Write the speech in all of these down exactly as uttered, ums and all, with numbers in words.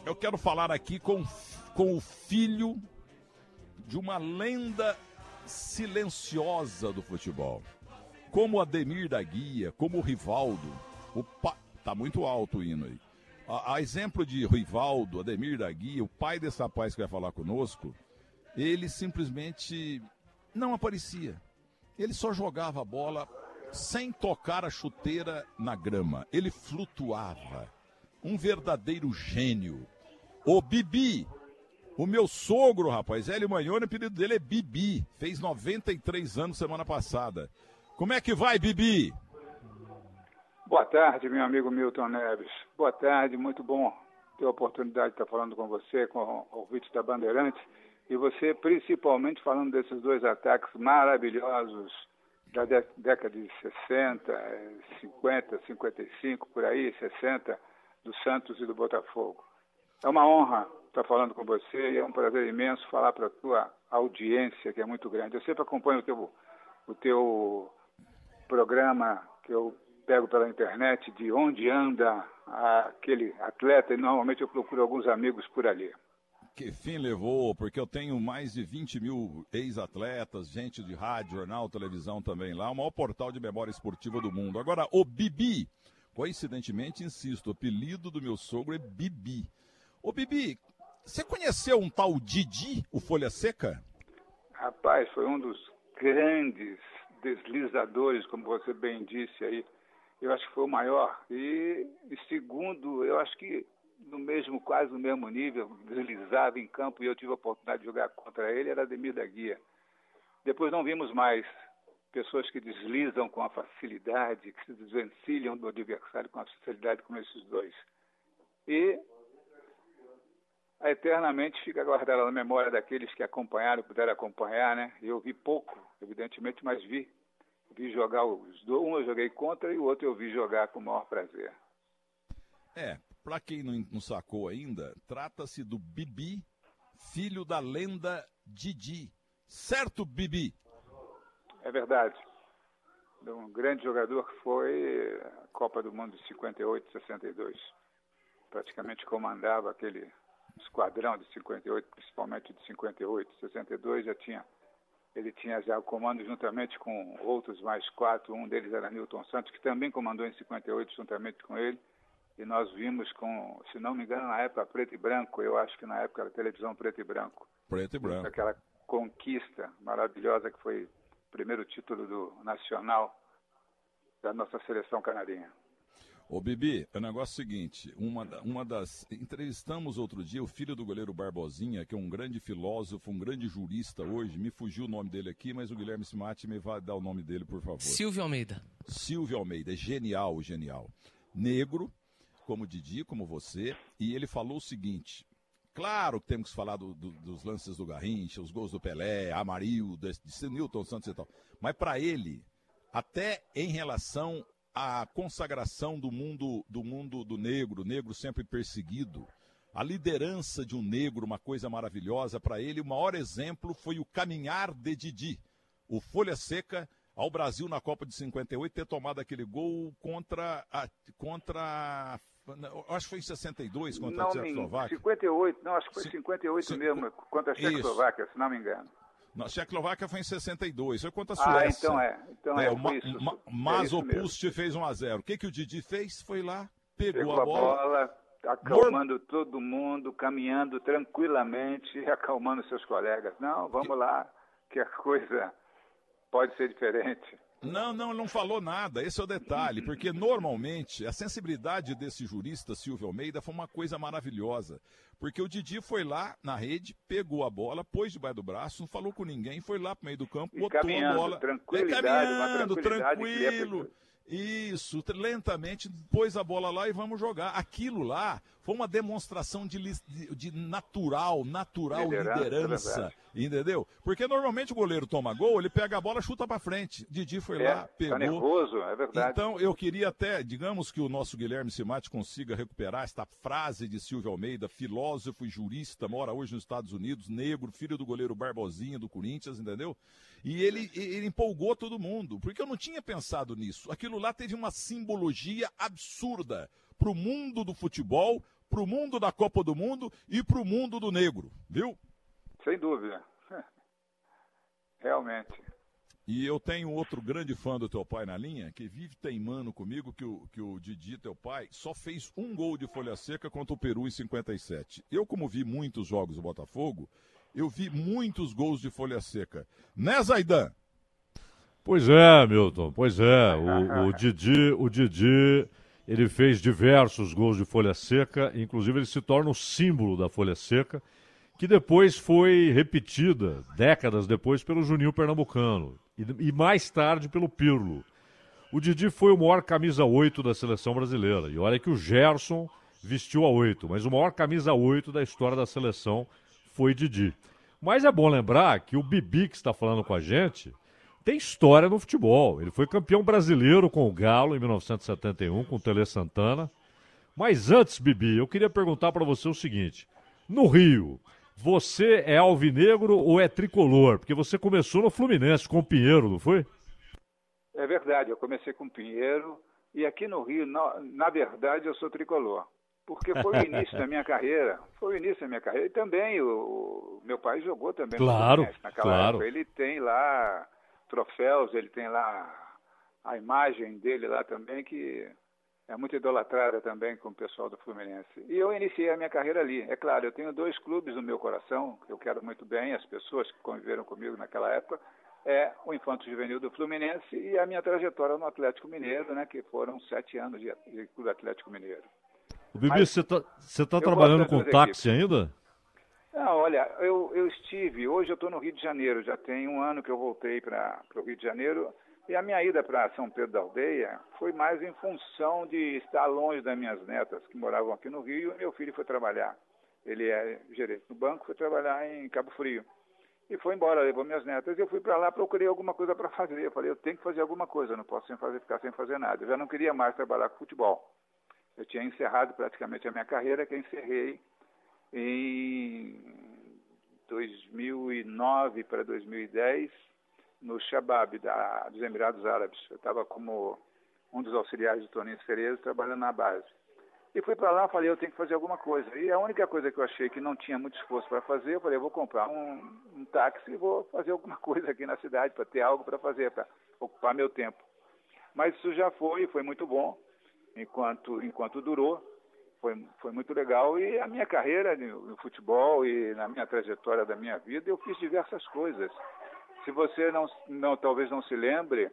eu quero falar aqui com, com o filho de uma lenda silenciosa do futebol. Como o Ademir da Guia, como o Rivaldo. O pa... Tá muito alto o hino aí. A, a exemplo de Rivaldo, Ademir da Guia, o pai desse rapaz que vai falar conosco, ele simplesmente não aparecia. Ele só jogava a bola sem tocar a chuteira na grama. Ele flutuava. Um verdadeiro gênio. O Bibi, o meu sogro, rapaz, Hélio Magnoni, o apelido dele é Bibi. Fez noventa e três anos semana passada. Como é que vai, Bibi? Boa tarde, meu amigo Milton Neves. Boa tarde, muito bom ter a oportunidade de estar falando com você, com o ouvinte da Bandeirantes, e você principalmente falando desses dois ataques maravilhosos da década de sessenta, cinquenta, cinquenta e cinco, por aí, sessenta, do Santos e do Botafogo. É uma honra estar falando com você e é um prazer imenso falar para a tua audiência, que é muito grande. Eu sempre acompanho o teu, o teu programa, que eu pego pela internet, de onde anda aquele atleta, e normalmente eu procuro alguns amigos por ali. Que fim levou, porque eu tenho mais de vinte mil ex-atletas, gente de rádio, jornal, televisão também lá, o maior portal de memória esportiva do mundo. Agora, o Bibi, coincidentemente, insisto, o apelido do meu sogro é Bibi. Ô Bibi, você conheceu um tal Didi, o Folha Seca? Rapaz, foi um dos grandes deslizadores, como você bem disse aí. Eu acho que foi o maior. E, e segundo, eu acho que no mesmo, quase no mesmo nível, deslizava em campo e eu tive a oportunidade de jogar contra ele, era Ademir da Guia. Depois não vimos mais pessoas que deslizam com a facilidade, que se desvencilham do adversário com a facilidade como esses dois. E eternamente fica guardada na memória daqueles que acompanharam, puderam acompanhar, né? Eu vi pouco, evidentemente, mas vi. Vi jogar os dois, um eu joguei contra e o outro eu vi jogar com o maior prazer. É, para quem não, não sacou ainda, trata-se do Bibi, filho da lenda Didi. Certo, Bibi? É verdade. Um grande jogador que foi a Copa do Mundo de cinquenta e oito, sessenta e dois. Praticamente comandava aquele esquadrão de cinquenta e oito, principalmente de cinquenta e oito, sessenta e dois já tinha. Ele tinha já o comando juntamente com outros mais quatro, um deles era Nilton Santos, que também comandou em cinquenta e oito juntamente com ele, e nós vimos com, se não me engano, na época preto e branco, eu acho que na época era televisão preto e branco. Preto e branco. Aquela conquista maravilhosa que foi o primeiro título do nacional da nossa seleção canarinha. Ô Bibi, o negócio é o seguinte, uma, uma das... Entrevistamos outro dia o filho do goleiro Barbosinha, que é um grande filósofo, um grande jurista hoje, me fugiu o nome dele aqui, mas o Guilherme Simati me vai dar o nome dele, por favor. Silvio Almeida. Silvio Almeida, é genial, genial. Negro, como Didi, como você, e ele falou o seguinte, claro que temos que falar do, do, dos lances do Garrincha, os gols do Pelé, Amarildo, de Nilton Santos e tal, mas para ele, até em relação a consagração do mundo do mundo do negro, negro sempre perseguido, a liderança de um negro, uma coisa maravilhosa para ele, o maior exemplo foi o caminhar de Didi, o Folha Seca, ao Brasil na Copa de cinquenta e oito, ter tomado aquele gol contra a, contra, acho que foi em sessenta e dois, contra não, a Tchecoslováquia. cinquenta e oito, não, acho que foi cinquenta e oito Cin... mesmo, contra a Tchecoslováquia, se não me engano. A Tchecoslováquia foi em sessenta e dois, foi contra a Suécia. Ah, então é. Então é, é o Ma, isso, Ma, Mazopust é fez um a zero. O que, que o Didi fez? Foi lá, pegou, pegou a bola. a bola, acalmando Mor... todo mundo, caminhando tranquilamente, acalmando seus colegas. Não, vamos que... lá, que a coisa pode ser diferente. Não, não, não falou nada, esse é o detalhe, porque normalmente a sensibilidade desse jurista Silvio Almeida foi uma coisa maravilhosa, porque o Didi foi lá na rede, pegou a bola, pôs debaixo do braço, não falou com ninguém, foi lá pro meio do campo, e botou a bola, tranquilidade, caminhando, tranquilidade tranquilo, isso, lentamente pôs a bola lá e vamos jogar. Aquilo lá foi uma demonstração de, de, de natural, natural liderança, liderança entendeu? Porque normalmente o goleiro toma gol, ele pega a bola, chuta pra frente. Didi foi é, lá, pegou. Tá nervoso, é verdade. Então eu queria até, digamos que o nosso Guilherme Simati consiga recuperar esta frase de Silvio Almeida, filósofo e jurista, mora hoje nos Estados Unidos, negro, filho do goleiro Barbosinha do Corinthians, entendeu? E ele, ele empolgou todo mundo, porque eu não tinha pensado nisso. Aquilo lá teve uma simbologia absurda para o mundo do futebol, pro mundo da Copa do Mundo e pro mundo do negro, viu? Sem dúvida. Realmente. E eu tenho outro grande fã do teu pai na linha, que vive teimando comigo que o, que o Didi, teu pai, só fez um gol de folha seca contra o Peru em cinquenta e sete. Eu, como vi muitos jogos do Botafogo, eu vi muitos gols de folha seca. Né, Zaidan? Pois é, Milton, pois é. O, o Didi, o Didi, ele fez diversos gols de folha seca, inclusive ele se torna o símbolo da folha seca, que depois foi repetida, décadas depois, pelo Juninho Pernambucano e, e mais tarde pelo Pirlo. O Didi foi o maior camisa oito da seleção brasileira. E olha que o Gerson vestiu a oito, mas o maior camisa oito da história da seleção foi Didi. Mas é bom lembrar que o Bibi, que está falando com a gente, tem história no futebol. Ele foi campeão brasileiro com o Galo em mil novecentos e setenta e um, com o Tele Santana. Mas antes, Bibi, eu queria perguntar para você o seguinte. No Rio, você é alvinegro ou é tricolor? Porque você começou no Fluminense com o Pinheiro, não foi? É verdade, eu comecei com o Pinheiro e aqui no Rio, na, na verdade, eu sou tricolor. Porque foi o início da minha carreira, foi o início da minha carreira. E também o, o meu pai jogou também claro, no Fluminense naquela claro. época. Ele tem lá troféus, ele tem lá a imagem dele lá também, que é muito idolatrada também com o pessoal do Fluminense. E eu iniciei a minha carreira ali. É claro, eu tenho dois clubes no meu coração, que eu quero muito bem, as pessoas que conviveram comigo naquela época, é o Infanto Juvenil do Fluminense e a minha trajetória no Atlético Mineiro, né, que foram sete anos de, de Clube Atlético Mineiro. O Bibi, você está tá trabalhando com táxi ainda? Não, olha, eu, eu estive, hoje eu estou no Rio de Janeiro, já tem um ano que eu voltei para o Rio de Janeiro, e a minha ida para São Pedro da Aldeia foi mais em função de estar longe das minhas netas, que moravam aqui no Rio, e meu filho foi trabalhar. Ele é gerente no banco, foi trabalhar em Cabo Frio. E foi embora, levou minhas netas, e eu fui para lá, procurei alguma coisa para fazer. Eu falei, eu tenho que fazer alguma coisa, eu não posso sem fazer, ficar sem fazer nada. Eu já não queria mais trabalhar com futebol. Eu tinha encerrado praticamente a minha carreira, que eu encerrei em dois mil e nove para dois mil e dez, no Shabab, da, dos Emirados Árabes. Eu estava como um dos auxiliares de Toninho Cerezo, trabalhando na base. E fui para lá, falei, eu tenho que fazer alguma coisa. E a única coisa que eu achei que não tinha muito esforço para fazer, eu falei, eu vou comprar um, um táxi e vou fazer alguma coisa aqui na cidade para ter algo para fazer, para ocupar meu tempo. Mas isso já foi, foi muito bom, enquanto, enquanto durou. Foi, foi muito legal. E a minha carreira no, no futebol e na minha trajetória da minha vida, eu fiz diversas coisas. Se você não, não, talvez não se lembre,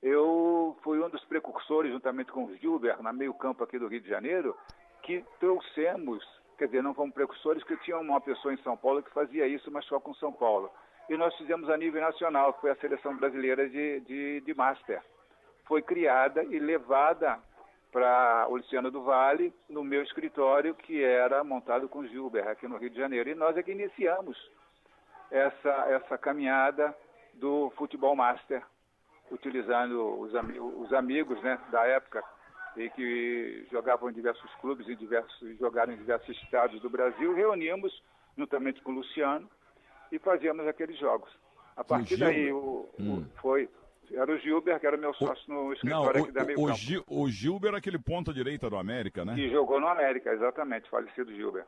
eu fui um dos precursores, juntamente com o Gilbert, na meio campo aqui do Rio de Janeiro, que trouxemos, quer dizer, não fomos precursores, porque tinha uma pessoa em São Paulo que fazia isso, mas só com São Paulo. E nós fizemos a nível nacional, que foi a Seleção Brasileira de, de, de Master. Foi criada e levada para o Luciano do Vale, no meu escritório, que era montado com o Gilbert, aqui no Rio de Janeiro. E nós é que iniciamos essa, essa caminhada do futebol master, utilizando os, ami os amigos, né, da época, e que jogavam em diversos clubes, em diversos, jogaram em diversos estados do Brasil. Reuníamos, juntamente com o Luciano, e fazíamos aqueles jogos. A partir o daí, o, hum. o, foi... Era o Gilbert, que era o meu sócio no escritório não, o, aqui da meio o, campo. Gil, o Gilbert é aquele ponta-direita do América, né? Que jogou no América, exatamente, falecido Gilbert.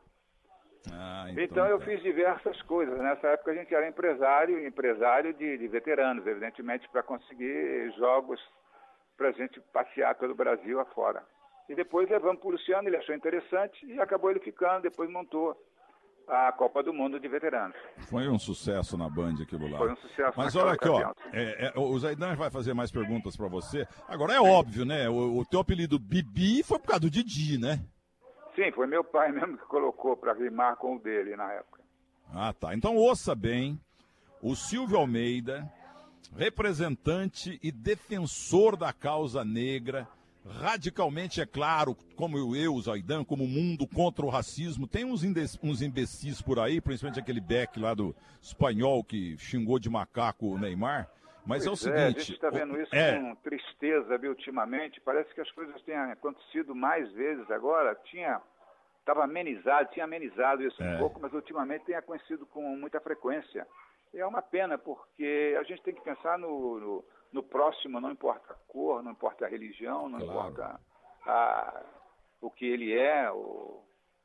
Ah, então, então eu tá. fiz diversas coisas. Nessa época a gente era empresário, empresário de, de veteranos, evidentemente, para conseguir jogos para a gente passear pelo Brasil afora. E depois levamos para o Luciano, ele achou interessante e acabou ele ficando, depois montou a Copa do Mundo de Veteranos. Foi um sucesso na Band aquilo lá. Foi um sucesso. Mas olha aqui, ó, é, é, o Zaidan vai fazer mais perguntas para você. Agora é óbvio, né? O, o teu apelido Bibi foi por causa do Didi, né? Sim, foi meu pai mesmo que colocou para rimar com o dele na época. Ah, tá. Então ouça bem, o Silvio Almeida, representante e defensor da causa negra, radicalmente, é claro, como eu, o Zaidan, como o mundo contra o racismo. Tem uns, uns imbecis por aí, principalmente aquele Beck lá do espanhol que xingou de macaco o Neymar. Mas pois é o seguinte... É, a gente está vendo isso é... com tristeza, viu, ultimamente. Parece que as coisas têm acontecido mais vezes agora. Tinha... Estava amenizado, tinha amenizado isso é. um pouco, mas ultimamente tem acontecido com muita frequência. E é uma pena, porque a gente tem que pensar no... no No próximo, não importa a cor, não importa a religião, não claro. importa a, o que ele é, o,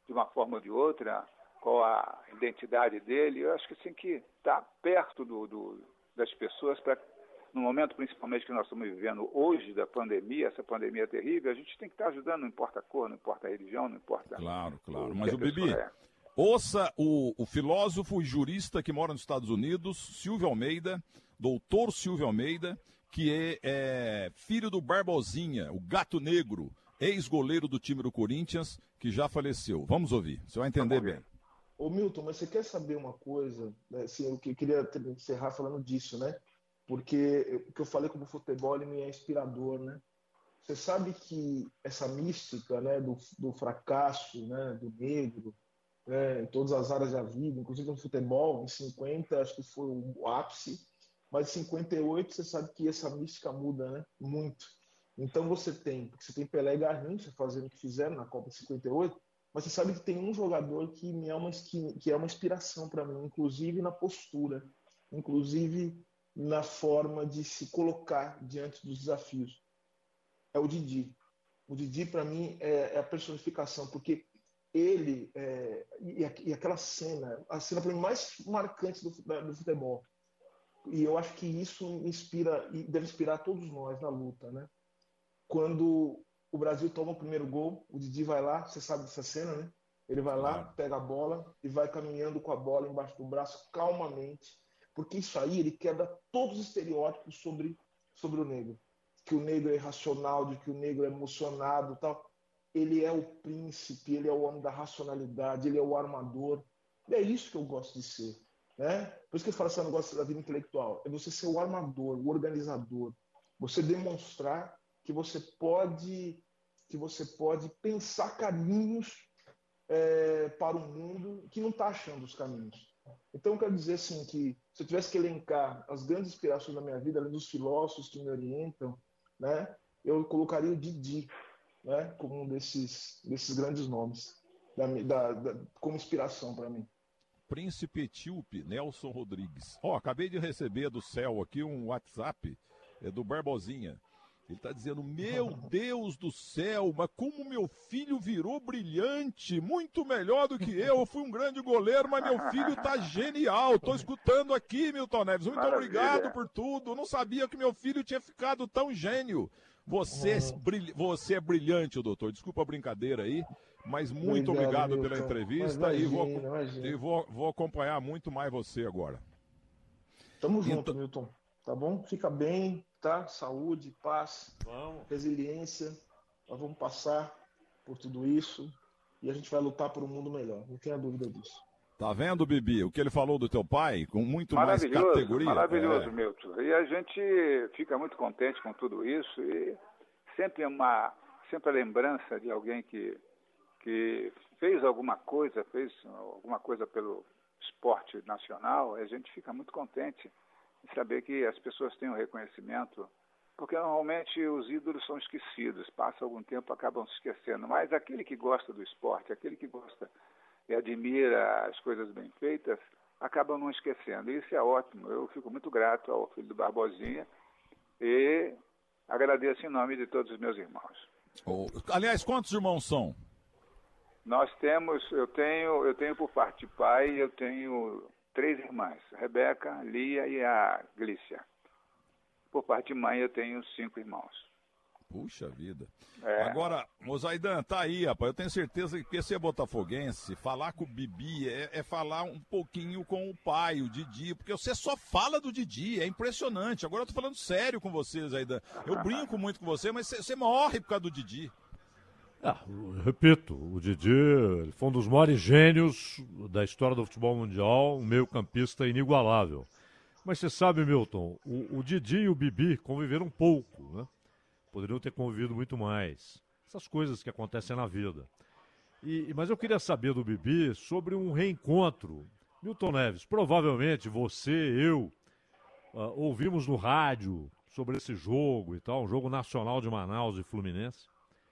de uma forma ou de outra, qual a identidade dele. Eu acho que tem que estar perto do, do, das pessoas para, no momento principalmente que nós estamos vivendo hoje da pandemia, essa pandemia terrível, a gente tem que estar ajudando, não importa a cor, não importa a religião, não importa... Claro, claro. O Mas o Bibi, é. ouça o, o filósofo e jurista que mora nos Estados Unidos, Silvio Almeida, doutor Silvio Almeida, que é, é filho do Barbosinha, o Gato Negro, ex-goleiro do time do Corinthians, que já faleceu. Vamos ouvir, você vai entender bem. Ô Milton, mas você quer saber uma coisa? Né? Assim, eu queria encerrar falando disso, né? Porque o que eu falei como futebol ele me é inspirador, né? Você sabe que essa mística, né, do, do fracasso, né, do negro, né, em todas as áreas da vida, inclusive no futebol, em cinquenta acho que foi o ápice, mas em cinquenta e oito você sabe que essa mística muda, né? Muito. Então você tem, porque você tem Pelé e Garrincha fazendo o que fizeram na Copa de cinquenta e oito, mas você sabe que tem um jogador que, me é, uma, que, que é uma inspiração para mim, inclusive na postura, inclusive na forma de se colocar diante dos desafios. É o Didi. O Didi, para mim, é, é a personificação, porque ele, é, e, e aquela cena, a cena para mim mais marcante do, do futebol, e eu acho que isso inspira, e deve inspirar todos nós na luta, né? Quando o Brasil toma o primeiro gol, o Didi vai lá, você sabe dessa cena, né? Ele vai lá, pega a bola e vai caminhando com a bola embaixo do braço calmamente, porque isso aí ele quebra todos os estereótipos sobre, sobre o negro. Que o negro é irracional, de que o negro é emocionado e tal. Ele é o príncipe, ele é o homem da racionalidade, ele é o armador. E é isso que eu gosto de ser, né? Por isso que eu falo esse negócio da vida intelectual. É você ser o armador, o organizador. Você demonstrar que você pode, que você pode pensar caminhos é, para o mundo que não está achando os caminhos. Então, eu quero dizer assim, que se eu tivesse que elencar as grandes inspirações da minha vida, além dos filósofos que me orientam, né, eu colocaria o Didi, né, como um desses, desses grandes nomes, da, da, da, como inspiração para mim. Príncipe Etíope, Nelson Rodrigues. Ó, oh, acabei de receber do céu aqui um WhatsApp é do Barbosinha. Ele está dizendo, meu Deus do céu, mas como meu filho virou brilhante, muito melhor do que eu. Eu fui um grande goleiro, mas meu filho está genial. Estou escutando aqui, Milton Neves. Muito Maravilha. Obrigado por tudo. Eu não sabia que meu filho tinha ficado tão gênio. Você, é, brilh... Você é brilhante, doutor. Desculpa a brincadeira aí, mas muito obrigado, obrigado pela entrevista. Imagina, e vou, e vou, vou acompanhar muito mais você agora. Tamo junto, então... Milton. Tá bom? Fica bem, tá? Saúde, paz, vamos. resiliência. Nós vamos passar por tudo isso e a gente vai lutar por um mundo melhor. Não tenha dúvida disso. Tá vendo, Bibi? O que ele falou do teu pai, com muito mais categoria. Maravilhoso, é. Milton. E a gente fica muito contente com tudo isso e sempre uma, sempre a lembrança de alguém que, que fez alguma coisa, fez alguma coisa pelo esporte nacional, a gente fica muito contente em saber que as pessoas têm um reconhecimento, porque normalmente os ídolos são esquecidos, passa algum tempo, acabam se esquecendo, mas aquele que gosta do esporte, aquele que gosta e admira as coisas bem feitas, acabam não esquecendo. E isso é ótimo. Eu fico muito grato ao filho do Barbosinha e agradeço em nome de todos os meus irmãos. Oh, aliás, quantos irmãos são? Nós temos, eu tenho, eu tenho por parte de pai, eu tenho três irmãs, Rebeca, Lia e a Glícia. Por parte de mãe, eu tenho cinco irmãos. Puxa vida. É. Agora, Mozaidan, tá aí, rapaz. Eu tenho certeza que esse é botafoguense. Falar com o Bibi é, é falar um pouquinho com o pai, o Didi, porque você só fala do Didi, é impressionante. Agora eu tô falando sério com você, Zaidan. Eu brinco muito com você, mas você morre por causa do Didi. Ah, eu repito, o Didi foi um dos maiores gênios da história do futebol mundial, um meio-campista inigualável. Mas você sabe, Milton, o, o Didi e o Bibi conviveram pouco, né? Poderiam ter convivido muito mais. Essas coisas que acontecem na vida. E, mas eu queria saber do Bibi sobre um reencontro. Milton Neves, provavelmente você, eu, uh, ouvimos no rádio sobre esse jogo e tal, um jogo nacional de Manaus e Fluminense.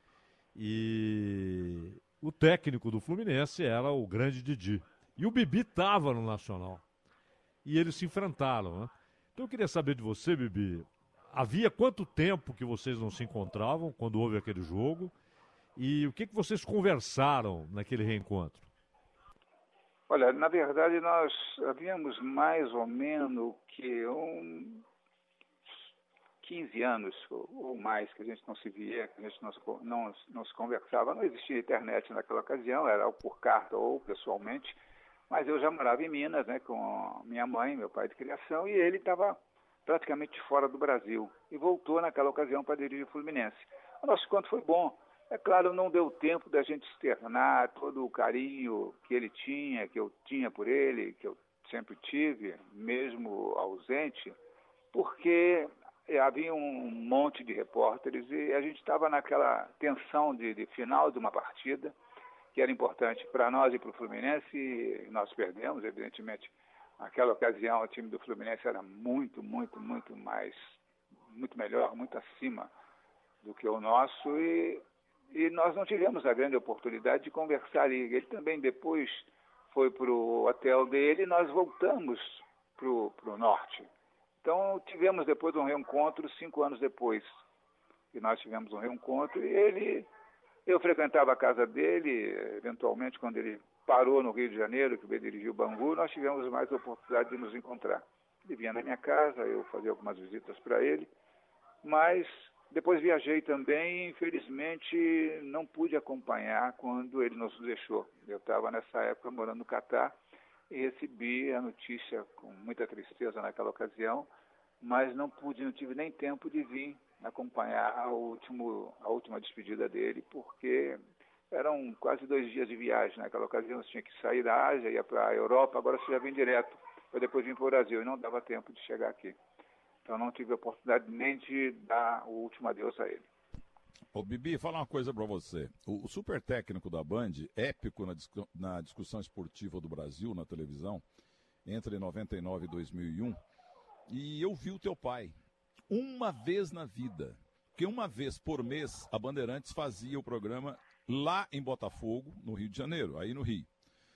E o técnico do Fluminense era o grande Didi. E o Bibi estava no Nacional. E eles se enfrentaram, né? Então eu queria saber de você, Bibi, havia quanto tempo que vocês não se encontravam quando houve aquele jogo? E o que, que vocês conversaram naquele reencontro? Olha, na verdade nós havíamos mais ou menos que um quinze anos ou mais que a gente não se via, que a gente não se, não, não se conversava. Não existia internet naquela ocasião, era por carta ou pessoalmente, mas eu já morava em Minas, né, com minha mãe, meu pai de criação, e ele estava praticamente fora do Brasil e voltou naquela ocasião para dirigir o Fluminense. O nosso encontro foi bom. É claro, não deu tempo da gente externar todo o carinho que ele tinha, que eu tinha por ele, que eu sempre tive, mesmo ausente, porque havia um monte de repórteres e a gente estava naquela tensão de, de final de uma partida, que era importante para nós e para o Fluminense, e nós perdemos, evidentemente. Naquela ocasião, o time do Fluminense era muito, muito, muito mais, muito melhor, muito acima do que o nosso, e, e nós não tivemos a grande oportunidade de conversar. E ele também depois foi para o hotel dele e nós voltamos para o norte. Então, tivemos depois um reencontro cinco anos depois. E nós tivemos um reencontro e ele... Eu frequentava a casa dele, eventualmente, quando ele parou no Rio de Janeiro, que veio dirigir o Bangu, nós tivemos mais oportunidade de nos encontrar. Ele vinha na minha casa, eu fazia algumas visitas para ele, mas depois viajei também e, infelizmente, não pude acompanhar quando ele nos deixou. Eu estava, nessa época, morando no Catar e recebi a notícia com muita tristeza naquela ocasião, mas não pude, não tive nem tempo de vir acompanhar a, último, a última despedida dele, porque eram quase dois dias de viagem. Naquela ocasião você tinha que sair da Ásia, ia para a Europa, agora você já vem direto, para depois vir para o Brasil, e não dava tempo de chegar aqui. Então não tive a oportunidade nem de dar o último adeus a ele. Ô Bibi, falar uma coisa para você. O, o super técnico da Band, épico na, discu na discussão esportiva do Brasil, na televisão, entre noventa e nove e dois mil e um, e eu vi o teu pai uma vez na vida, porque uma vez por mês a Bandeirantes fazia o programa lá em Botafogo, no Rio de Janeiro, aí no Rio.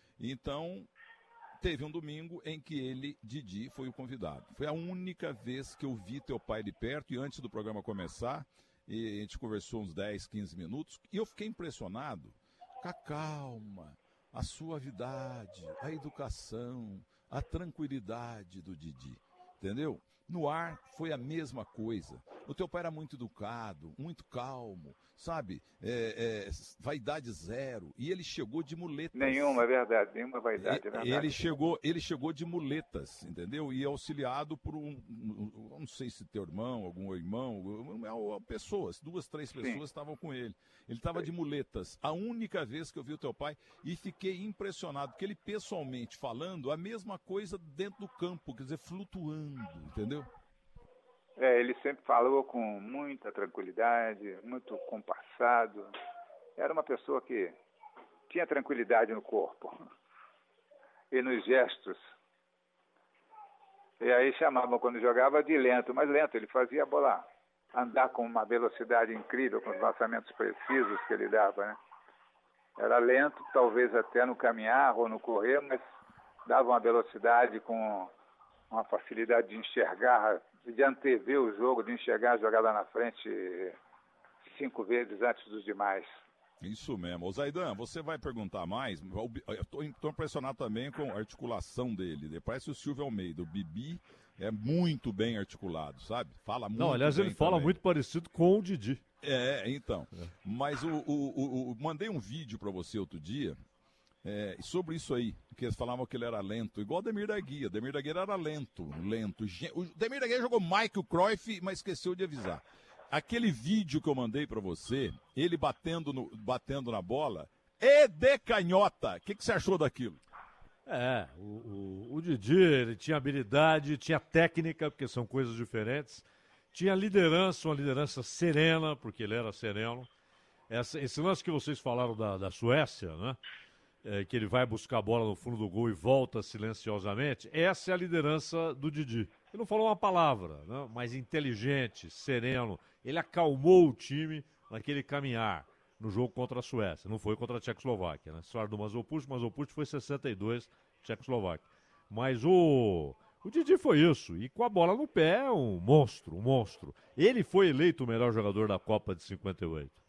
Então, teve um domingo em que ele, Didi, foi o convidado. Foi a única vez que eu vi teu pai de perto, e antes do programa começar, e a gente conversou uns dez, quinze minutos, e eu fiquei impressionado com a calma, a suavidade, a educação, a tranquilidade do Didi, entendeu? No ar foi a mesma coisa. O teu pai era muito educado, muito calmo, sabe? É, é, vaidade zero. E ele chegou de muletas. Nenhuma, é verdade. Nenhuma vaidade, é verdade. Ele chegou, ele chegou de muletas, entendeu? E auxiliado por um, um não sei se teu irmão, algum irmão, pessoas, duas, três pessoas Sim. estavam com ele. Ele estava de muletas. A única vez que eu vi o teu pai e fiquei impressionado, porque ele pessoalmente falando a mesma coisa dentro do campo, quer dizer, flutuando, entendeu? É, ele sempre falou com muita tranquilidade, muito compassado. Era uma pessoa que tinha tranquilidade no corpo e nos gestos. E aí chamavam, quando jogava, de lento, mas lento. Ele fazia a bola andar com uma velocidade incrível, com os lançamentos precisos que ele dava, né? Era lento, talvez até no caminhar ou no correr, mas dava uma velocidade com uma facilidade de enxergar, de antever o jogo, de enxergar a jogada na frente cinco vezes antes dos demais. Isso mesmo. Ô Zaidan, você vai perguntar mais? Eu estou impressionado também com a articulação dele. Parece o Silvio Almeida. O Bibi é muito bem articulado, sabe? Fala muito. Não, aliás, bem ele fala também. muito parecido com o Didi. É, então. É. Mas o, o, o, o mandei um vídeo para você outro dia. É, sobre isso aí, que eles falavam que ele era lento, igual o Demir da Guia. O Demir da Guia era lento, lento. O Demir da Guia jogou Michael Cruyff, mas esqueceu de avisar. Aquele vídeo que eu mandei pra você, ele batendo, no, batendo na bola, é de canhota. O que, que você achou daquilo? É, o, o, o Didi, ele tinha habilidade, tinha técnica, porque são coisas diferentes. Tinha liderança, uma liderança serena, porque ele era sereno. Essa, esse lance que vocês falaram da, da Suécia, né? É, que ele vai buscar a bola no fundo do gol e volta silenciosamente, essa é a liderança do Didi. Ele não falou uma palavra, né? Mas inteligente, sereno. Ele acalmou o time naquele caminhar no jogo contra a Suécia. Não foi contra a Tchecoslováquia, né? História do Mazopust, Mazopust foi sessenta e dois, Tchecoslováquia. Mas o, o Didi foi isso. E com a bola no pé, um monstro, um monstro. Ele foi eleito o melhor jogador da Copa de cinquenta e oito, né?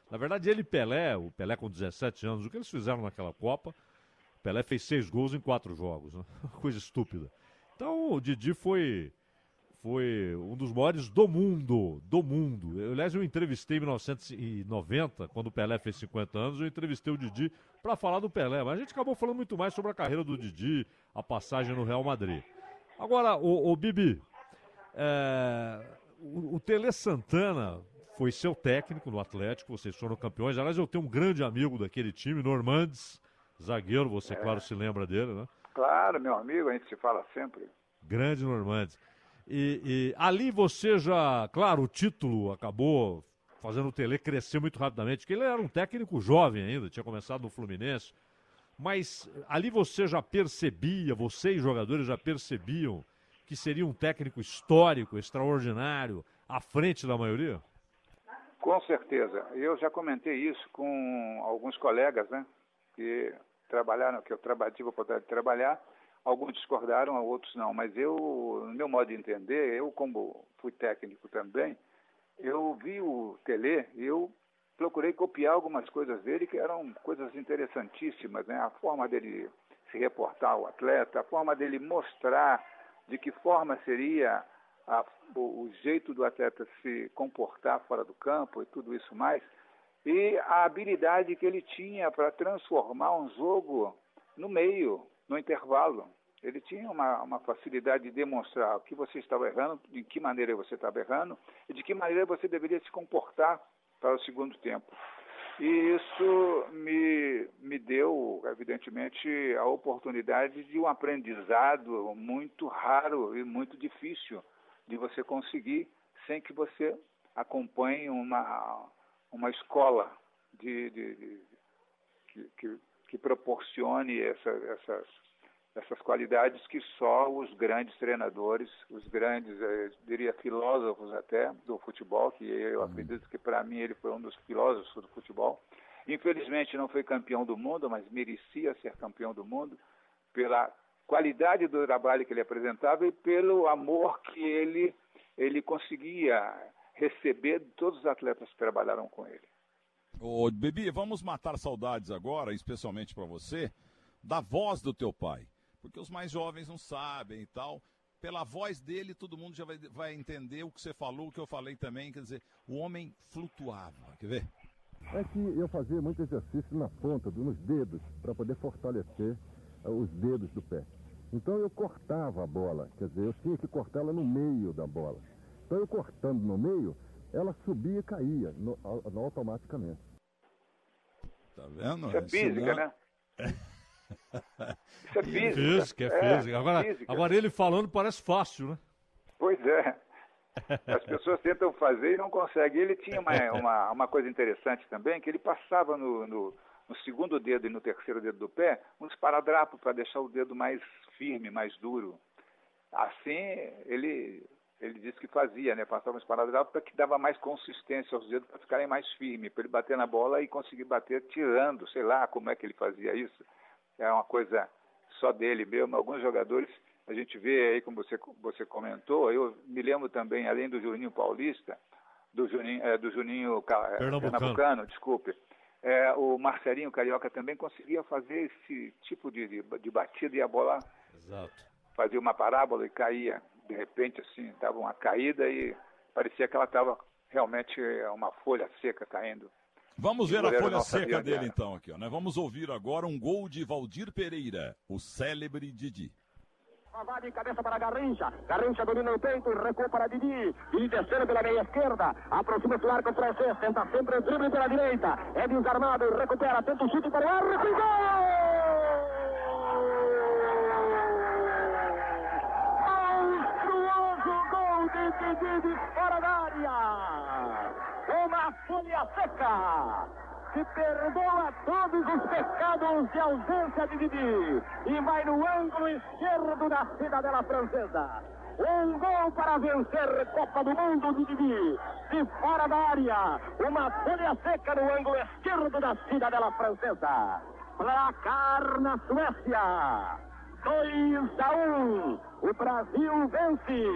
Na verdade, ele e Pelé, o Pelé com dezessete anos, o que eles fizeram naquela Copa, Pelé fez seis gols em quatro jogos, né? Coisa estúpida. Então, o Didi foi, foi um dos maiores do mundo, do mundo. Eu, aliás, eu entrevistei em mil novecentos e noventa, quando o Pelé fez cinquenta anos, eu entrevistei o Didi para falar do Pelé, mas a gente acabou falando muito mais sobre a carreira do Didi, a passagem no Real Madrid. Agora, o, o Bibi, é, o, o Tele Santana foi seu técnico no Atlético, vocês foram campeões. Aliás, eu tenho um grande amigo daquele time, Normandes, zagueiro, você, é. claro, se lembra dele, né? Claro, meu amigo, a gente se fala sempre. Grande Normandes. E, e ali você já, claro, o título acabou fazendo o Tele crescer muito rapidamente, porque ele era um técnico jovem ainda, tinha começado no Fluminense. Mas ali você já percebia, vocês jogadores já percebiam que seria um técnico histórico, extraordinário, à frente da maioria? Com certeza. Eu já comentei isso com alguns colegas, né, que trabalharam, que eu traba, tive a oportunidade de trabalhar. Alguns discordaram, outros não. Mas eu, no meu modo de entender, eu como fui técnico também, eu vi o Tele e eu procurei copiar algumas coisas dele que eram coisas interessantíssimas, né? A forma dele se reportar ao atleta, a forma dele mostrar de que forma seria a, o, o jeito do atleta se comportar fora do campo e tudo isso mais, e a habilidade que ele tinha para transformar um jogo no meio, no intervalo. Ele tinha uma, uma facilidade de demonstrar o que você estava errando, de que maneira você estava errando e de que maneira você deveria se comportar para o segundo tempo. E isso me, me deu, evidentemente, a oportunidade de um aprendizado muito raro e muito difícil de você conseguir sem que você acompanhe uma, uma escola de, de, de, que, que, que proporcione essa, essas, essas qualidades que só os grandes treinadores, os grandes, eu diria, filósofos até do futebol, que eu acredito que para mim ele foi um dos filósofos do futebol. Infelizmente não foi campeão do mundo, mas merecia ser campeão do mundo pela qualidade do trabalho que ele apresentava e pelo amor que ele, ele conseguia receber de todos os atletas que trabalharam com ele. Ô, Bibi, vamos matar saudades agora, especialmente para você, da voz do teu pai. Porque os mais jovens não sabem e tal. Pela voz dele, todo mundo já vai, vai entender o que você falou, o que eu falei também. Quer dizer, o homem flutuava. Quer ver? É que eu fazia muito exercício na ponta, nos dedos, para poder fortalecer uh, os dedos do pé. Então eu cortava a bola, quer dizer, eu tinha que cortá-la no meio da bola. Então eu cortando no meio, ela subia e caía no, no, automaticamente. Tá vendo? Isso é física, né? Isso é física. Física, é física. Agora, física. Agora ele falando parece fácil, né? Pois é. As pessoas tentam fazer e não conseguem. Ele tinha uma, uma, uma coisa interessante também, que ele passava no, no, no segundo dedo e no terceiro dedo do pé um esparadrapo para deixar o dedo mais firme, mais duro. Assim, ele, ele disse que fazia, né? Passava um esparadrapo para que dava mais consistência aos dedos para ficarem mais firmes, para ele bater na bola e conseguir bater tirando, sei lá como é que ele fazia isso. É uma coisa só dele mesmo. Alguns jogadores, a gente vê aí, como você, você comentou, eu me lembro também, além do Juninho Paulista, do Juninho, é, do Juninho Pernambucano, Pernambucano desculpe, é, o Marcelinho Carioca também conseguia fazer esse tipo de, de, de batida e a bola Exato. fazia uma parábola e caía. De repente, assim, estava uma caída e parecia que ela estava realmente uma folha seca caindo. Vamos ver a folha seca dele, então, aqui, ó, né? Vamos ouvir agora um gol de Valdir Pereira, o célebre Didi. Vai de cabeça para Garrincha, Garrincha domina o peito e recua para Didi, Didi descendo pela meia esquerda, aproxima-se do arco francês, tenta sempre o drible pela direita, é desarmado e recupera, tenta o chute para o ar e gol! Monstruoso gol de Didi de fora da área! Uma folha seca que perdoa todos os pecados de ausência de Didi e vai no ângulo esquerdo da cidadela francesa. Um gol para vencer Copa do Mundo de Didi de fora da área. Uma folha seca no ângulo esquerdo da cidadela francesa. Placar na Suécia. dois a um. O Brasil vence.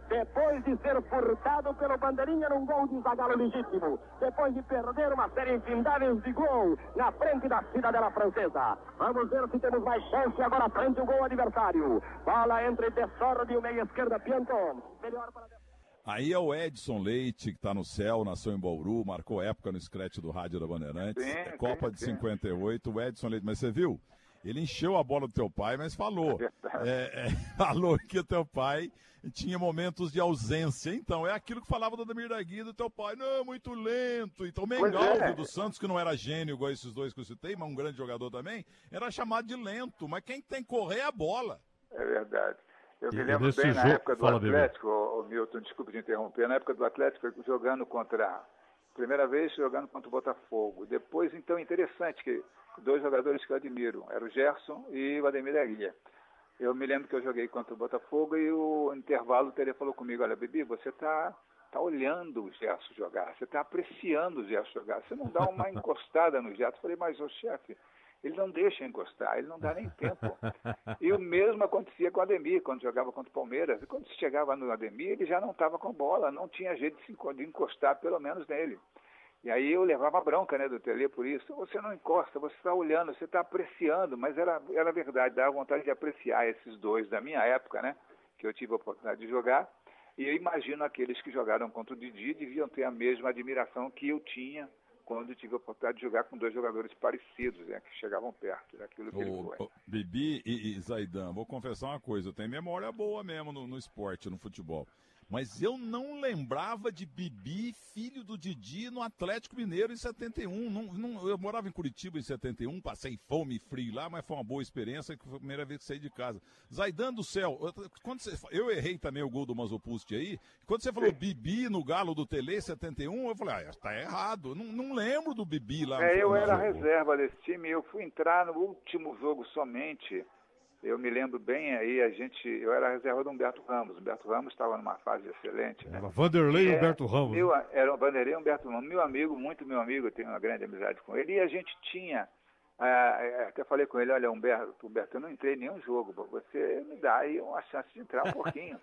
depois de ser furtado pelo Bandeirinha num gol de Zagallo legítimo, depois de perder uma série infindável de gol na frente da cidadela francesa. Vamos ver se temos mais chance agora frente ao gol adversário. Bola entre Dessordi e o meia-esquerda Pianton. Melhor para... Aí é o Edson Leite, que está no céu, nasceu em Bauru, marcou época no scratch do Rádio da Bandeirantes, Sim, é Copa sim, de sim. cinquenta e oito, o Edson Leite, mas você viu? Ele encheu a bola do teu pai, mas falou, é, é, falou que o teu pai tinha momentos de ausência. Então, é aquilo que falava do Ademir da Guia do teu pai, não, muito lento. Então, o Mengalvio é. do Santos, que não era gênio igual esses dois que eu citei, mas um grande jogador também, era chamado de lento, mas quem tem que correr é a bola. É verdade. Eu E- me e lembro nesse bem na jogo- época do Fala, Bebê. Atlético, ô, ô, Milton, desculpe te interromper, na época do Atlético, eu jogando contra, primeira vez jogando contra o Botafogo. Depois, então, interessante, que dois jogadores que eu admiro, era o Gerson e o Ademir da Guia. Eu me lembro que eu joguei contra o Botafogo e o intervalo o Tele falou comigo, olha, Bibi, você está tá olhando o Gerson jogar, você está apreciando o Gerson jogar, você não dá uma encostada no Gerson. Eu falei, mas, ô chefe, ele não deixa encostar, ele não dá nem tempo. E o mesmo acontecia com o Ademir, quando jogava contra o Palmeiras. E quando chegava no Ademir, ele já não estava com bola, não tinha jeito de, se enco- de encostar, pelo menos nele. E aí eu levava bronca, né, do Tele por isso. Você não encosta, você está olhando, você está apreciando. Mas era, era verdade, dava vontade de apreciar esses dois da minha época, né, que eu tive a oportunidade de jogar. E eu imagino aqueles que jogaram contra o Didi deviam ter a mesma admiração que eu tinha quando tive a oportunidade de jogar com dois jogadores parecidos, né, que chegavam perto daquilo que ele Ô, foi. ô, Bibi e, e Zaidan, vou confessar uma coisa, eu tenho memória boa mesmo no, no esporte, no futebol. Mas eu não lembrava de Bibi, filho do Didi, no Atlético Mineiro em setenta e um. Não, não, eu morava em Curitiba em setenta e um, passei fome e frio lá, mas foi uma boa experiência, que foi a primeira vez que saí de casa. Zaidan do céu, eu, quando você, eu errei também o gol do Mazopust aí, quando você falou Bibi no Galo do Tele setenta e um, eu falei, ah, tá errado, eu não, não lembro do Bibi lá. É, eu no era jogo. reserva desse time, eu fui entrar no último jogo somente. Eu me lembro bem aí, a gente, eu era a reserva do Humberto Ramos. Humberto Ramos estava numa fase excelente, né? Era Vanderlei e É, Humberto Ramos. Meu, era o Vanderlei Humberto Ramos, meu amigo, muito meu amigo, eu tenho uma grande amizade com ele. E a gente tinha, ah, até falei com ele, olha, Humberto, Humberto, eu não entrei em nenhum jogo, você me dá aí uma chance de entrar um pouquinho.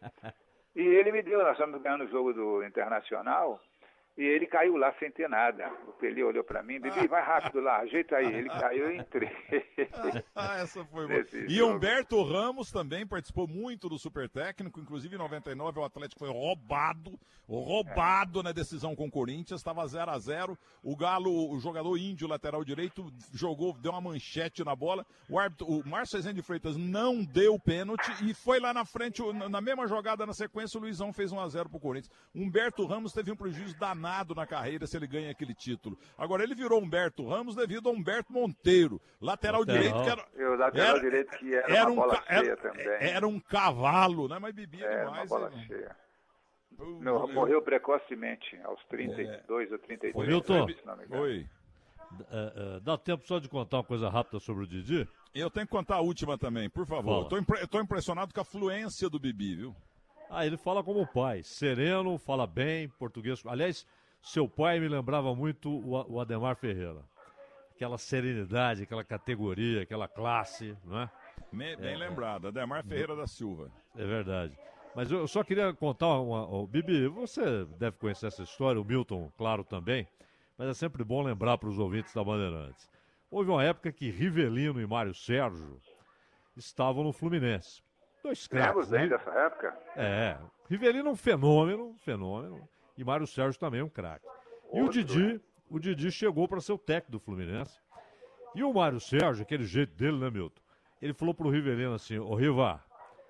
E ele me deu, nós estamos ganhando o jogo do Internacional, e ele caiu lá sem ter nada. O Pelé olhou para mim, Bibi, vai rápido lá, ajeita aí. Ele caiu e eu entrei. Ah, essa foi boa. Nesse E jogo. Humberto Ramos também participou muito do Super Técnico, inclusive em noventa e nove o Atlético foi roubado, roubado na decisão com o Corinthians, estava zero a zero, o Galo, o jogador índio, lateral direito, jogou, deu uma manchete na bola, o árbitro, o Márcio Rezende de Freitas não deu pênalti e foi lá na frente, o- na mesma jogada na sequência, o Luizão fez um a zero pro Corinthians. Humberto Ramos teve um prejuízo danado na carreira se ele ganha aquele título. Agora ele virou Humberto Ramos devido a Humberto Monteiro, lateral, Lateral. direito que era... E o lateral Era- direito que era, Era uma um, bola ca- cheia era, também. era um cavalo, né? Mas bebia Era uma demais. bola né? cheia. Eu- Meu, eu- morreu precocemente, aos trinta e dois ou trinta e Ô, três. Milton. se não me engano. Oi. É, é, dá tempo só de contar uma coisa rápida sobre o Didi? Eu tenho que contar a última também, por favor. Fala. Tô, impre- tô impressionado com a fluência do Bibi, viu? Ah, ele fala como pai, sereno, fala bem, português. Aliás, seu pai me lembrava muito o, A- o Ademar Ferreira. Aquela serenidade, aquela categoria, aquela classe, não é? Me- bem lembrado, Ademar Ferreira da Silva. É verdade. Mas eu só queria contar uma, uma- Bibi, você deve conhecer essa história, o Milton, claro, também. Mas é sempre bom lembrar para os ouvintes da Bandeirantes. Houve uma época que Rivelino e Mário Sérgio estavam no Fluminense. Dois Lembro craques. bem né? dessa época. É, Rivelino é um fenômeno, um fenômeno, e Mário Sérgio também é um craque. E o Outro, Didi, o Didi chegou para ser o técnico do Fluminense. E o Mário Sérgio, aquele jeito dele, né, Milton? Ele falou pro Rivelino assim, ô Riva,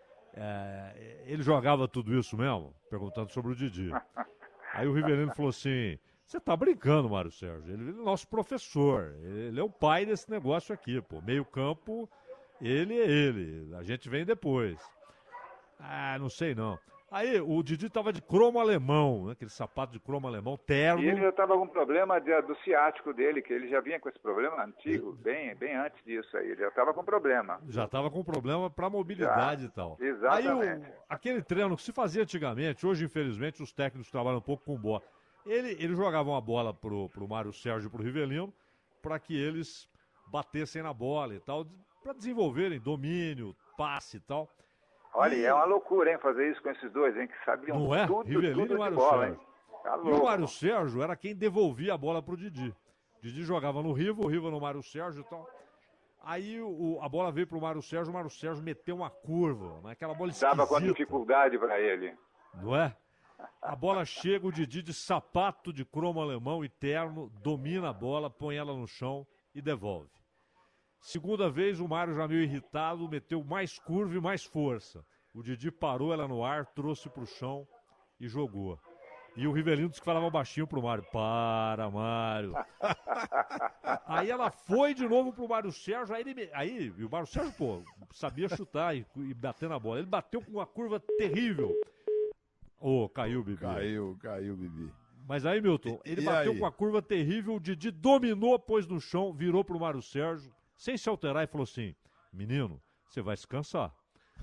é, ele jogava tudo isso mesmo? Perguntando sobre o Didi. Aí o Rivelino falou assim, você tá brincando, Mário Sérgio, ele é nosso professor, ele é o pai desse negócio aqui, pô. Meio campo, ele é ele, a gente vem depois. Ah, não sei não. Aí o Didi tava de cromo alemão, né? Aquele sapato de cromo alemão, terno. E ele já estava com problema de- do ciático dele, que ele já vinha com esse problema antigo, bem, bem antes disso aí. Ele já estava com problema. Já tava com problema para mobilidade Já, e tal. exatamente. Aí o, aquele treino que se fazia antigamente, hoje infelizmente os técnicos trabalham um pouco com bola. Ele, ele jogava uma bola pro, pro Mário Sérgio e pro Rivelino para que eles batessem na bola e tal, para desenvolverem domínio, passe e tal. Olha, e... é uma loucura, hein, fazer isso com esses dois, hein, que sabiam Não é? tudo, Rivelino tudo e Mário de bola, Sérgio. hein. Tá E o Mário Sérgio era quem devolvia a bola pro Didi. Didi jogava no Riva, o Riva no Mário Sérgio e tal. Aí o, a bola veio pro Mário Sérgio, o Mário Sérgio meteu uma curva, mas aquela bola esquisita. Dava com dificuldade para ele. Não é? A bola chega, o Didi de sapato de cromo alemão e terno, domina a bola, põe ela no chão e devolve. Segunda vez, o Mário já meio irritado, meteu mais curva e mais força. O Didi parou ela no ar, trouxe pro chão e jogou. E o Rivelino disse que falava baixinho pro Mário. Para, Mário. Aí ela foi de novo pro Mário Sérgio. Aí, ele, aí e o Mário Sérgio, pô, sabia chutar e, e bater na bola. Ele bateu com uma curva terrível. Ô, oh, caiu o Bibi. Caiu, caiu o Bibi. Mas aí, Milton, ele e bateu aí? com uma curva terrível. O Didi dominou, pôs no chão, virou pro Mário Sérgio, sem se alterar, e falou assim: menino, você vai se cansar.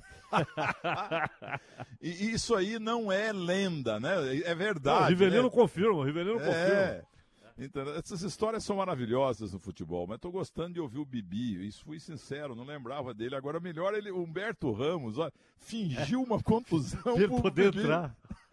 E isso aí não é lenda, né? É verdade. Não, o Rivelino né? confirma, o Rivelino é. confirma. Então, essas histórias são maravilhosas no futebol, mas estou gostando de ouvir o Bibi, isso fui sincero, não lembrava dele. Agora, melhor ele, o Humberto Ramos, ó, fingiu uma contusão Pra ele poder Bibi. entrar.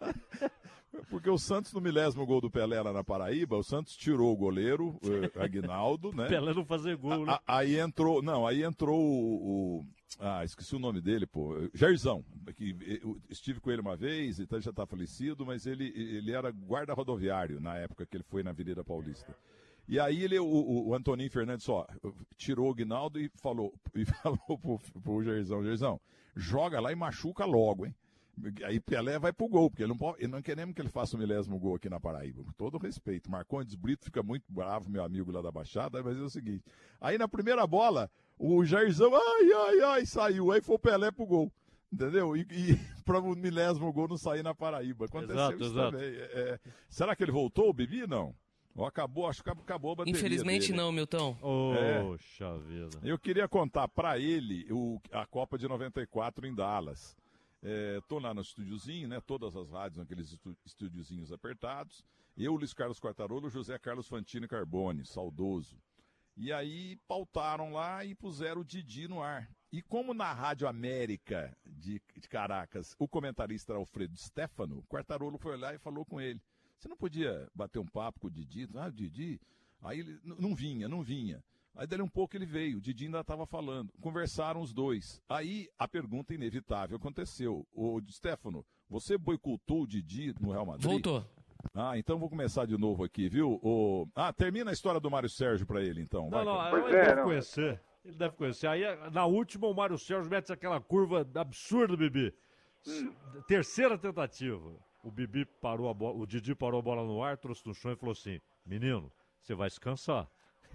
Porque o Santos, no milésimo gol do Pelé lá na Paraíba, o Santos tirou o goleiro, o Aguinaldo, né? Pelé não fazer gol, né? A, a, aí entrou, não, aí entrou o, o, ah, esqueci o nome dele, pô, Jairzão, que eu estive com ele uma vez, então ele já está falecido, mas ele, ele era guarda rodoviário na época que ele foi na Avenida Paulista. E aí ele, o, o Antoninho Fernandes, ó, tirou o Aguinaldo e falou, e falou pro, pro Jairzão, Jairzão, joga lá e machuca logo, hein? Aí Pelé vai pro gol, porque ele não, pode, ele não queremos que ele faça o milésimo gol aqui na Paraíba. Com todo respeito. Marcondes Brito fica muito bravo, meu amigo lá da Baixada, mas é o seguinte. Aí na primeira bola, o Jairzão, ai, ai, ai, saiu. Aí foi o Pelé pro gol. Entendeu? E, e para o milésimo gol não sair na Paraíba. Aconteceu exato, isso exato. também. É, é, será que ele voltou, o Bibi? Não. Ou acabou, acho que acabou a bateria Infelizmente dele. não, Milton. Poxa é. vida. Eu queria contar para ele o, a Copa de noventa e quatro em Dallas. Estou é, lá no estúdiozinho, né? Todas as rádios naqueles estúdiozinhos apertados. Eu, Luiz Carlos Quartarolo, José Carlos Fantini Carbone, saudoso. E aí pautaram lá e puseram o Didi no ar. E como na Rádio América de, de Caracas o comentarista era Alfredo Stefano, o Quartarolo foi lá e falou com ele: você não podia bater um papo com o Didi? Ah, o Didi? Aí ele não vinha, não vinha. Aí dali um pouco ele veio, o Didi ainda estava falando. Conversaram os dois. Aí a pergunta inevitável aconteceu. Ô, Stefano, você boicotou o Didi no Real Madrid? Voltou. Ah, então vou começar de novo aqui, viu? O... Ah, termina a história do Mário Sérgio para ele, então. Não, Vai, não, cara. ele é, deve não. conhecer. Ele deve conhecer. Aí, na última, o Mário Sérgio mete aquela curva absurda, Bibi. Hum. Terceira tentativa. O Bibi parou a bola, o Didi parou a bola no ar, trouxe no chão e falou assim: menino, você vai se cansar.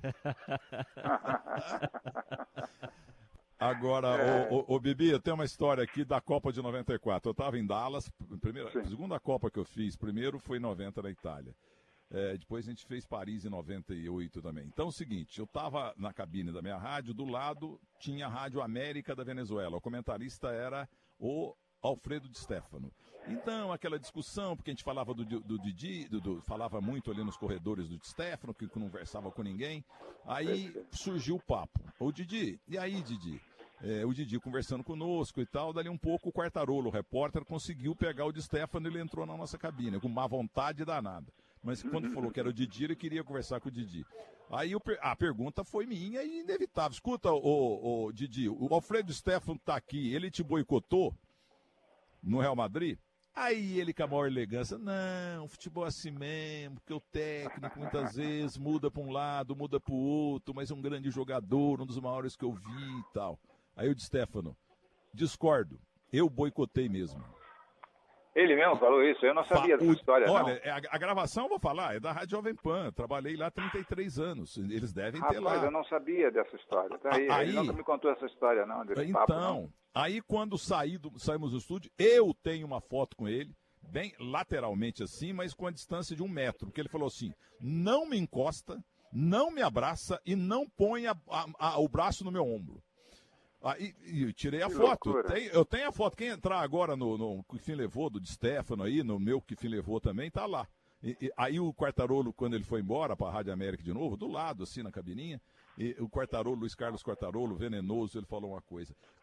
Agora, É. o, o, o Bibi, eu tenho uma história aqui da Copa de noventa e quatro. Eu estava em Dallas, primeira, Sim. segunda Copa que eu fiz, primeiro foi em noventa na Itália. É, depois a gente fez Paris em noventa e oito também. Então é o seguinte, eu estava na cabine da minha rádio, do lado tinha a Rádio América da Venezuela. O comentarista era o Alfredo Di Stefano. Então, aquela discussão, porque a gente falava do, do Didi, do, do, falava muito ali nos corredores do Di Stefano, que não conversava com ninguém. Aí surgiu o papo. Ô Didi, e aí, Didi? É, o Didi conversando conosco e tal, dali um pouco o Quartarolo, o repórter, conseguiu pegar o Di Stefano e ele entrou na nossa cabine, com má vontade danada. Mas quando falou que era o Didi, ele queria conversar com o Didi. Aí o, a pergunta foi minha e inevitável. Escuta, ô, ô, Didi, o Alfredo Di Stefano tá aqui, ele te boicotou no Real Madrid? Aí ele com a maior elegância, não, o futebol é assim mesmo, porque o técnico muitas vezes muda para um lado, muda para o outro, mas é um grande jogador, um dos maiores que eu vi e tal. Aí o Di Stefano, discordo, eu boicotei mesmo. Ele mesmo falou isso, eu não sabia Fa- dessa o- história, Olha, não. é a, a gravação eu vou falar, é da Rádio Jovem Pan, trabalhei lá há trinta e três anos, eles devem ter Rapaz, lá. eu não sabia dessa história. Tá aí, Aí- ele nunca me contou essa história, não, desse Então, papo, não. aí quando saí do- saímos do estúdio, eu tenho uma foto com ele, bem lateralmente assim, mas com a distância de um metro, porque ele falou assim, não me encosta, não me abraça e não põe a- a- a- o braço no meu ombro. Aí e eu tirei a Que foto. loucura. Tem- eu tenho a foto. Quem entrar agora no, no que fim levou, do Di Stefano aí, no meu que fim levou também, tá lá. E- e- aí o Quartarolo, quando ele foi embora para a Rádio América de novo, do lado, assim, na cabininha, e o Quartarolo, Luiz Carlos Quartarolo, venenoso, ele falou uma coisa.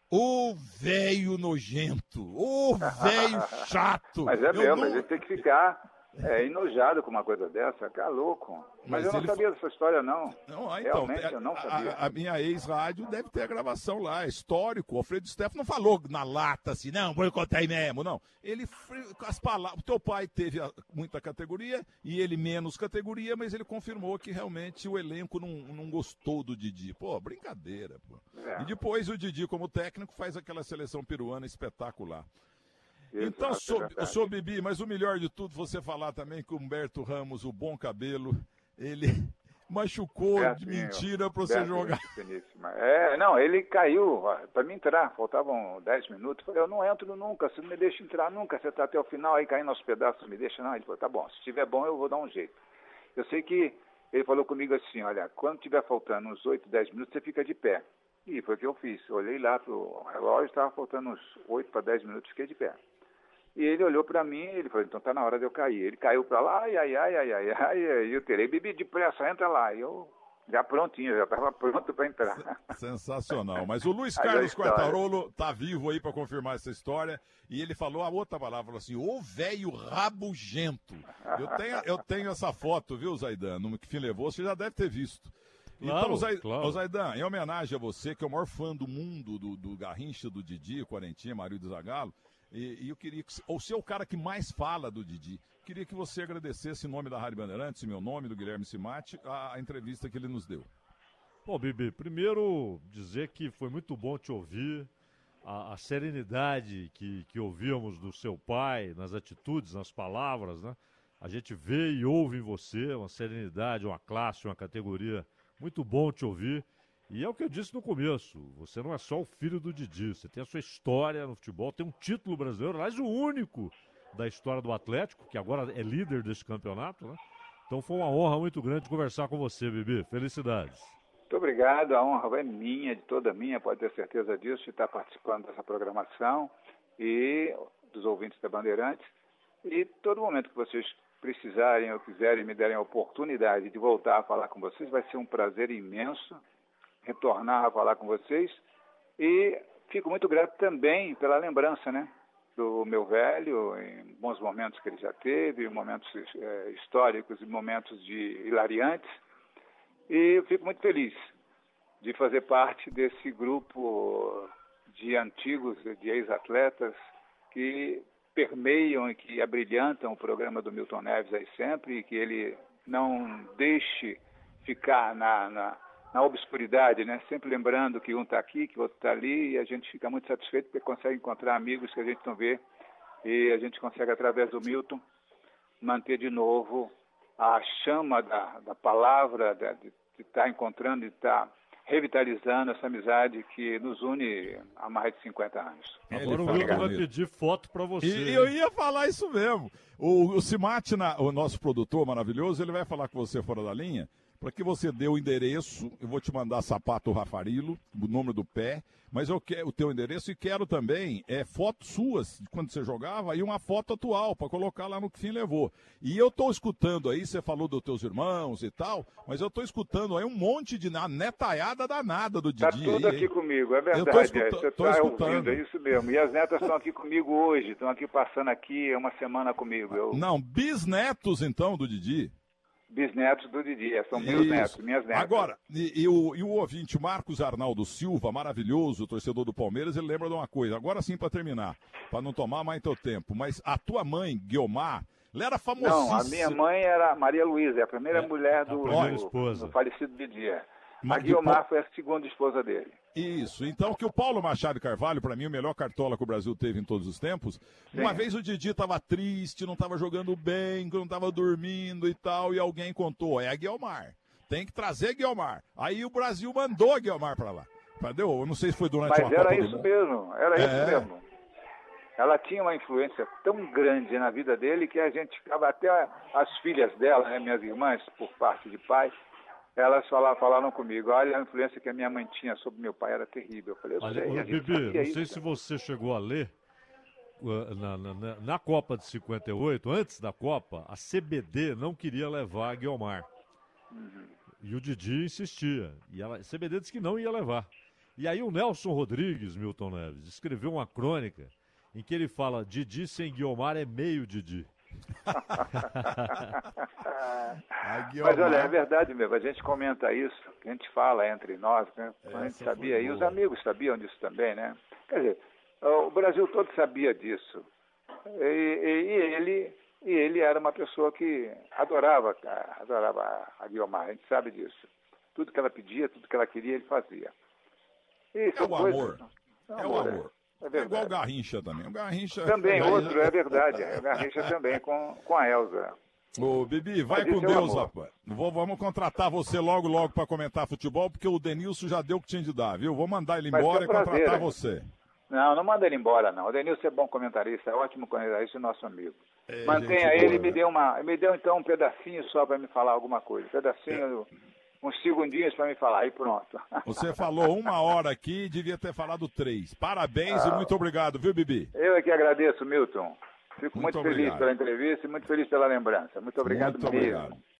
Ô velho nojento, ô velho chato. Mas é Eu mesmo, não... a gente tem que ficar é, enojado com uma coisa dessa, cara, louco. Mas, Mas eu não sabia fa... dessa história, não. Não, ah, então, Realmente a, eu não sabia. A, a minha ex-rádio deve ter a gravação lá, histórico. O Alfredo Stefano não falou na lata assim, não, vou contar aí mesmo, não. Ele, as palavras, o teu pai teve muita categoria e ele menos categoria, mas ele confirmou que realmente o elenco não, não gostou do Didi. Pô, brincadeira, pô. É. E depois o Didi, como técnico, faz aquela seleção peruana espetacular. Então, Exato, sou, sou Bibi, mas o melhor de tudo, você falar também que o Humberto Ramos, o bom cabelo, ele machucou é assim, de mentira para você jogar. É, não, ele caiu para me entrar, faltavam dez minutos. Eu falei, eu não entro nunca, você não me deixa entrar nunca, você está até o final aí caindo aos pedaços, não me deixa não. Ele falou, tá bom, se estiver bom eu vou dar um jeito. Eu sei que ele falou comigo assim, olha, quando tiver faltando uns oito, dez minutos, você fica de pé. E foi o que eu fiz, eu olhei lá pro relógio, estava faltando uns oito para dez minutos, fiquei de pé. E ele olhou para mim e ele falou, então tá na hora de eu cair. Ele caiu para lá, ai, ai, ai, ai, ai, ai, e eu terei, Bibi, depressa, entra lá. E eu já prontinho, já estava pronto para entrar. Sensacional. Mas o Luiz Carlos Quartarolo tá vivo aí para confirmar essa história. E ele falou a outra palavra, falou assim, ô velho rabugento. Eu tenho, eu tenho essa foto, viu, Zaidan? No que fim levou, você já deve ter visto. Claro, então, Zay, claro. Zaidan, em homenagem a você, que é o maior fã do mundo, do, do Garrincha, do Didi, Quarentinha, Mário de Zagallo, E, e eu queria que, ou se é o cara que mais fala do Didi, queria que você agradecesse em nome da Rádio Bandeirantes, em meu nome, do Guilherme Cimatti, a, a entrevista que ele nos deu. Bom, Bibi, primeiro dizer que foi muito bom te ouvir, a, a serenidade que, que ouvíamos do seu pai, nas atitudes, nas palavras, né? A gente vê e ouve em você uma serenidade, uma classe, uma categoria. Muito bom te ouvir. E é o que eu disse no começo, você não é só o filho do Didi, você tem a sua história no futebol, tem um título brasileiro, aliás, o único da história do Atlético, que agora é líder desse campeonato, né? Então foi uma honra muito grande conversar com você, Bibi. Felicidades. Muito obrigado, a honra é minha, de toda minha, pode ter certeza disso, de estar participando dessa programação e dos ouvintes da Bandeirantes. E todo momento que vocês precisarem ou quiserem me derem a oportunidade de voltar a falar com vocês, vai ser um prazer imenso retornar a falar com vocês e fico muito grato também pela lembrança, né, do meu velho, em bons momentos que ele já teve, momentos é, históricos e momentos de hilariantes, e eu fico muito feliz de fazer parte desse grupo de antigos, de ex-atletas que permeiam e que abrilhantam o programa do Milton Neves aí sempre, e que ele não deixe ficar na... na na obscuridade, né? Sempre lembrando que um está aqui, que o outro está ali, e a gente fica muito satisfeito porque consegue encontrar amigos que a gente não vê, e a gente consegue, através do Milton, manter de novo a chama da, da palavra, da, de estar tá encontrando e estar tá revitalizando essa amizade que nos une há mais de cinquenta anos. Agora o Milton vai pedir foto para você. E, eu ia falar isso mesmo. O, o Cimatti, o nosso produtor maravilhoso, ele vai falar com você fora da linha, para que você dê o endereço. Eu vou te mandar sapato Rafarilo, o número do pé, mas eu quero o teu endereço e quero também é, fotos suas de quando você jogava e uma foto atual para colocar lá no que fim levou. E eu estou escutando aí, você falou dos teus irmãos e tal, mas eu estou escutando aí um monte de netaiada danada do Didi. Está tudo aí, aqui comigo, é verdade. Eu tô escuta, você está ouvindo, é isso mesmo. E as netas estão aqui comigo hoje, estão aqui passando aqui uma semana comigo. Eu... Não, bisnetos então do Didi. Bisnetos do Didi, são meus Isso. netos, minhas netas. Agora, e, e, o, e o ouvinte Marcos Arnaldo Silva, maravilhoso, torcedor do Palmeiras, ele lembra de uma coisa, agora sim para terminar, para não tomar mais teu tempo, mas a tua mãe, Guiomar, ela era famosíssima. Não, a minha mãe era Maria Luísa, a primeira é, mulher do, primeira do, do falecido Didi. Mas a Guiomar foi a segunda esposa dele. Isso, então que o Paulo Machado Carvalho, para mim, o melhor cartola que o Brasil teve em todos os tempos, Sim. uma vez o Didi estava triste, não estava jogando bem, não estava dormindo e tal, e alguém contou, é a Guiomar, tem que trazer a Guiomar. Aí o Brasil mandou a Guiomar para lá, entendeu? Eu não sei se foi durante Mas uma era Copa isso do Mundo. mesmo, era é. isso mesmo. Ela tinha uma influência tão grande na vida dele que a gente ficava, até as filhas dela, né, minhas irmãs, por parte de pai, elas falaram, falaram comigo, olha, a influência que a minha mãe tinha sobre meu pai era terrível. Eu falei, eu olha, sei, ô, Bibi, não isso, sei se você chegou a ler, na, na, na Copa de cinquenta e oito, antes da Copa, a C B D não queria levar a Guiomar. Uhum. E o Didi insistia. E ela, a C B D disse que não ia levar. E aí o Nelson Rodrigues, Milton Neves, escreveu uma crônica em que ele fala: Didi sem Guiomar é meio Didi. Mas olha, é verdade mesmo, a gente comenta isso, a gente fala entre nós, né? A gente sabia, e os amigos sabiam disso também, né? Quer dizer, o Brasil todo sabia disso. E, e, e ele, e ele era uma pessoa que adorava, adorava a Guiomar, a gente sabe disso. Tudo que ela pedia, tudo que ela queria, ele fazia. E é o coisas, amor. É, é o amor. É, é igual o Garrincha também. O Garrincha... Também, outro, é verdade. O Garrincha também com, com a Elza. Ô, Bibi, vai Mas com é Deus, rapaz. Vou, vamos contratar você logo, logo para comentar futebol, porque o Denilson já deu o que tinha de dar, viu? Vou mandar ele embora é um e contratar prazer, você. Não, não manda ele embora, não. O Denilson é bom comentarista, é ótimo comentarista e nosso amigo. É, Mantenha gente ele e boa, me deu, uma, me deu então um pedacinho só para me falar alguma coisa. Um pedacinho... É. Uns segundinhos para me falar, e pronto. Você falou uma hora aqui, devia ter falado três. Parabéns ah, e muito obrigado, viu, Bibi? Eu é que agradeço, Milton. Fico muito, muito feliz obrigado. pela entrevista e muito feliz pela lembrança. Muito obrigado muito mesmo. Obrigado.